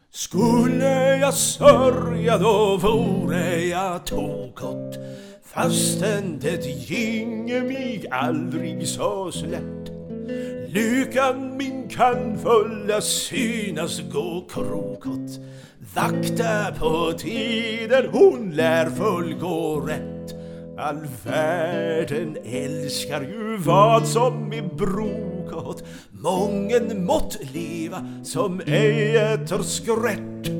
Skulle jag sörja då vore jag tokott, fastän det ginge mig aldrig så slätt. Lyckan min kan fulla synas gå krokott, vakta på tiden hon lär fullgå rätt. All världen älskar ju vad som är brokott, mången mått leva som ej äter skrätt.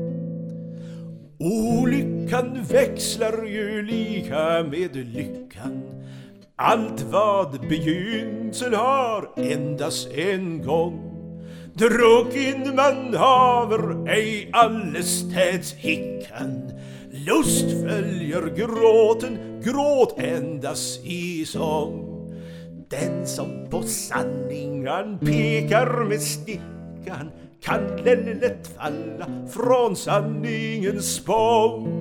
Olyckan växlar ju lika med lyckan, allt vad begynnelsen har endast en gång. Drucken man haver ej allestäds hickan, lust följer gråten, gråt endast i sång. Den som på sanningen pekar med stickan kan lätt falla från sanningens spång.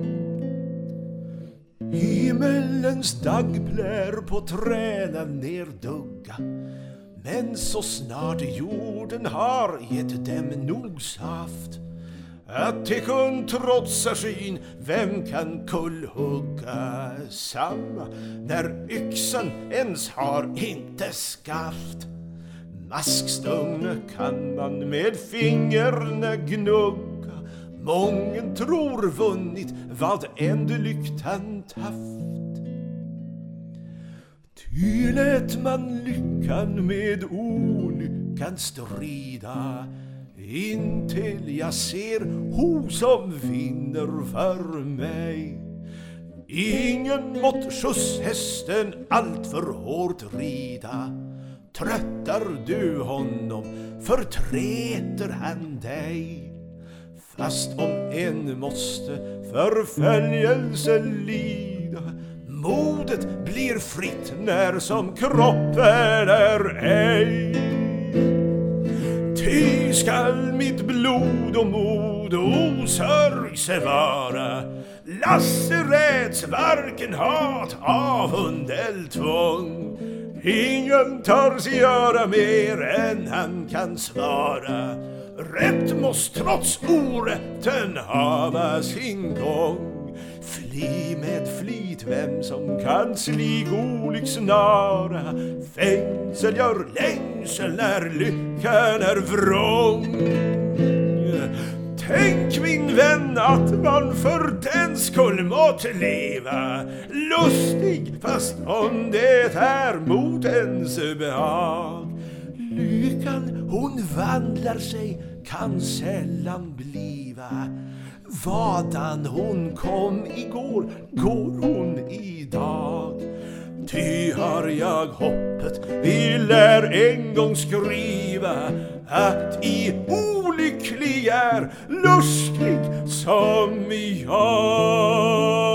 Himmelens dagplär på träden nerdugga, men så snart jorden har gett dem nog saft att de kun trotsa skyn, vem kan kullhugga samma när yxan ens har inte skaft. Maskstånge kan man med fingrarna gnugga, mången tror vunnit vad ändelykt han taft. Ty lät man lyckan med olyckan strida, intill jag ser ho som vinner för mig. Ingen mått skjuts hästen allt för hårt rida, tröttar du honom förträter han dig. Fast om en måste förföljelse lida, modet blir fritt när som kroppen är ej. Ty skall mitt blod och mod osörjse vara, lasaretts varken hat, avund eller tvång. Ingen tar sig göra mer än han kan svara, rätt måste trots orätten hava sin gång. Fly med flit vem som kan slig olycksnara, fängsel gör längsel när lyckan är vrång. Tänk min vän att man för den skull måtte leva lustig, fast om det är mot ens behag. Lyckan hon vandlar sig kan sällan bliva, vadan hon kom igår går hon idag. Ty har jag hoppet vi lär en gång skriva, att i olycklig är lustig som jag.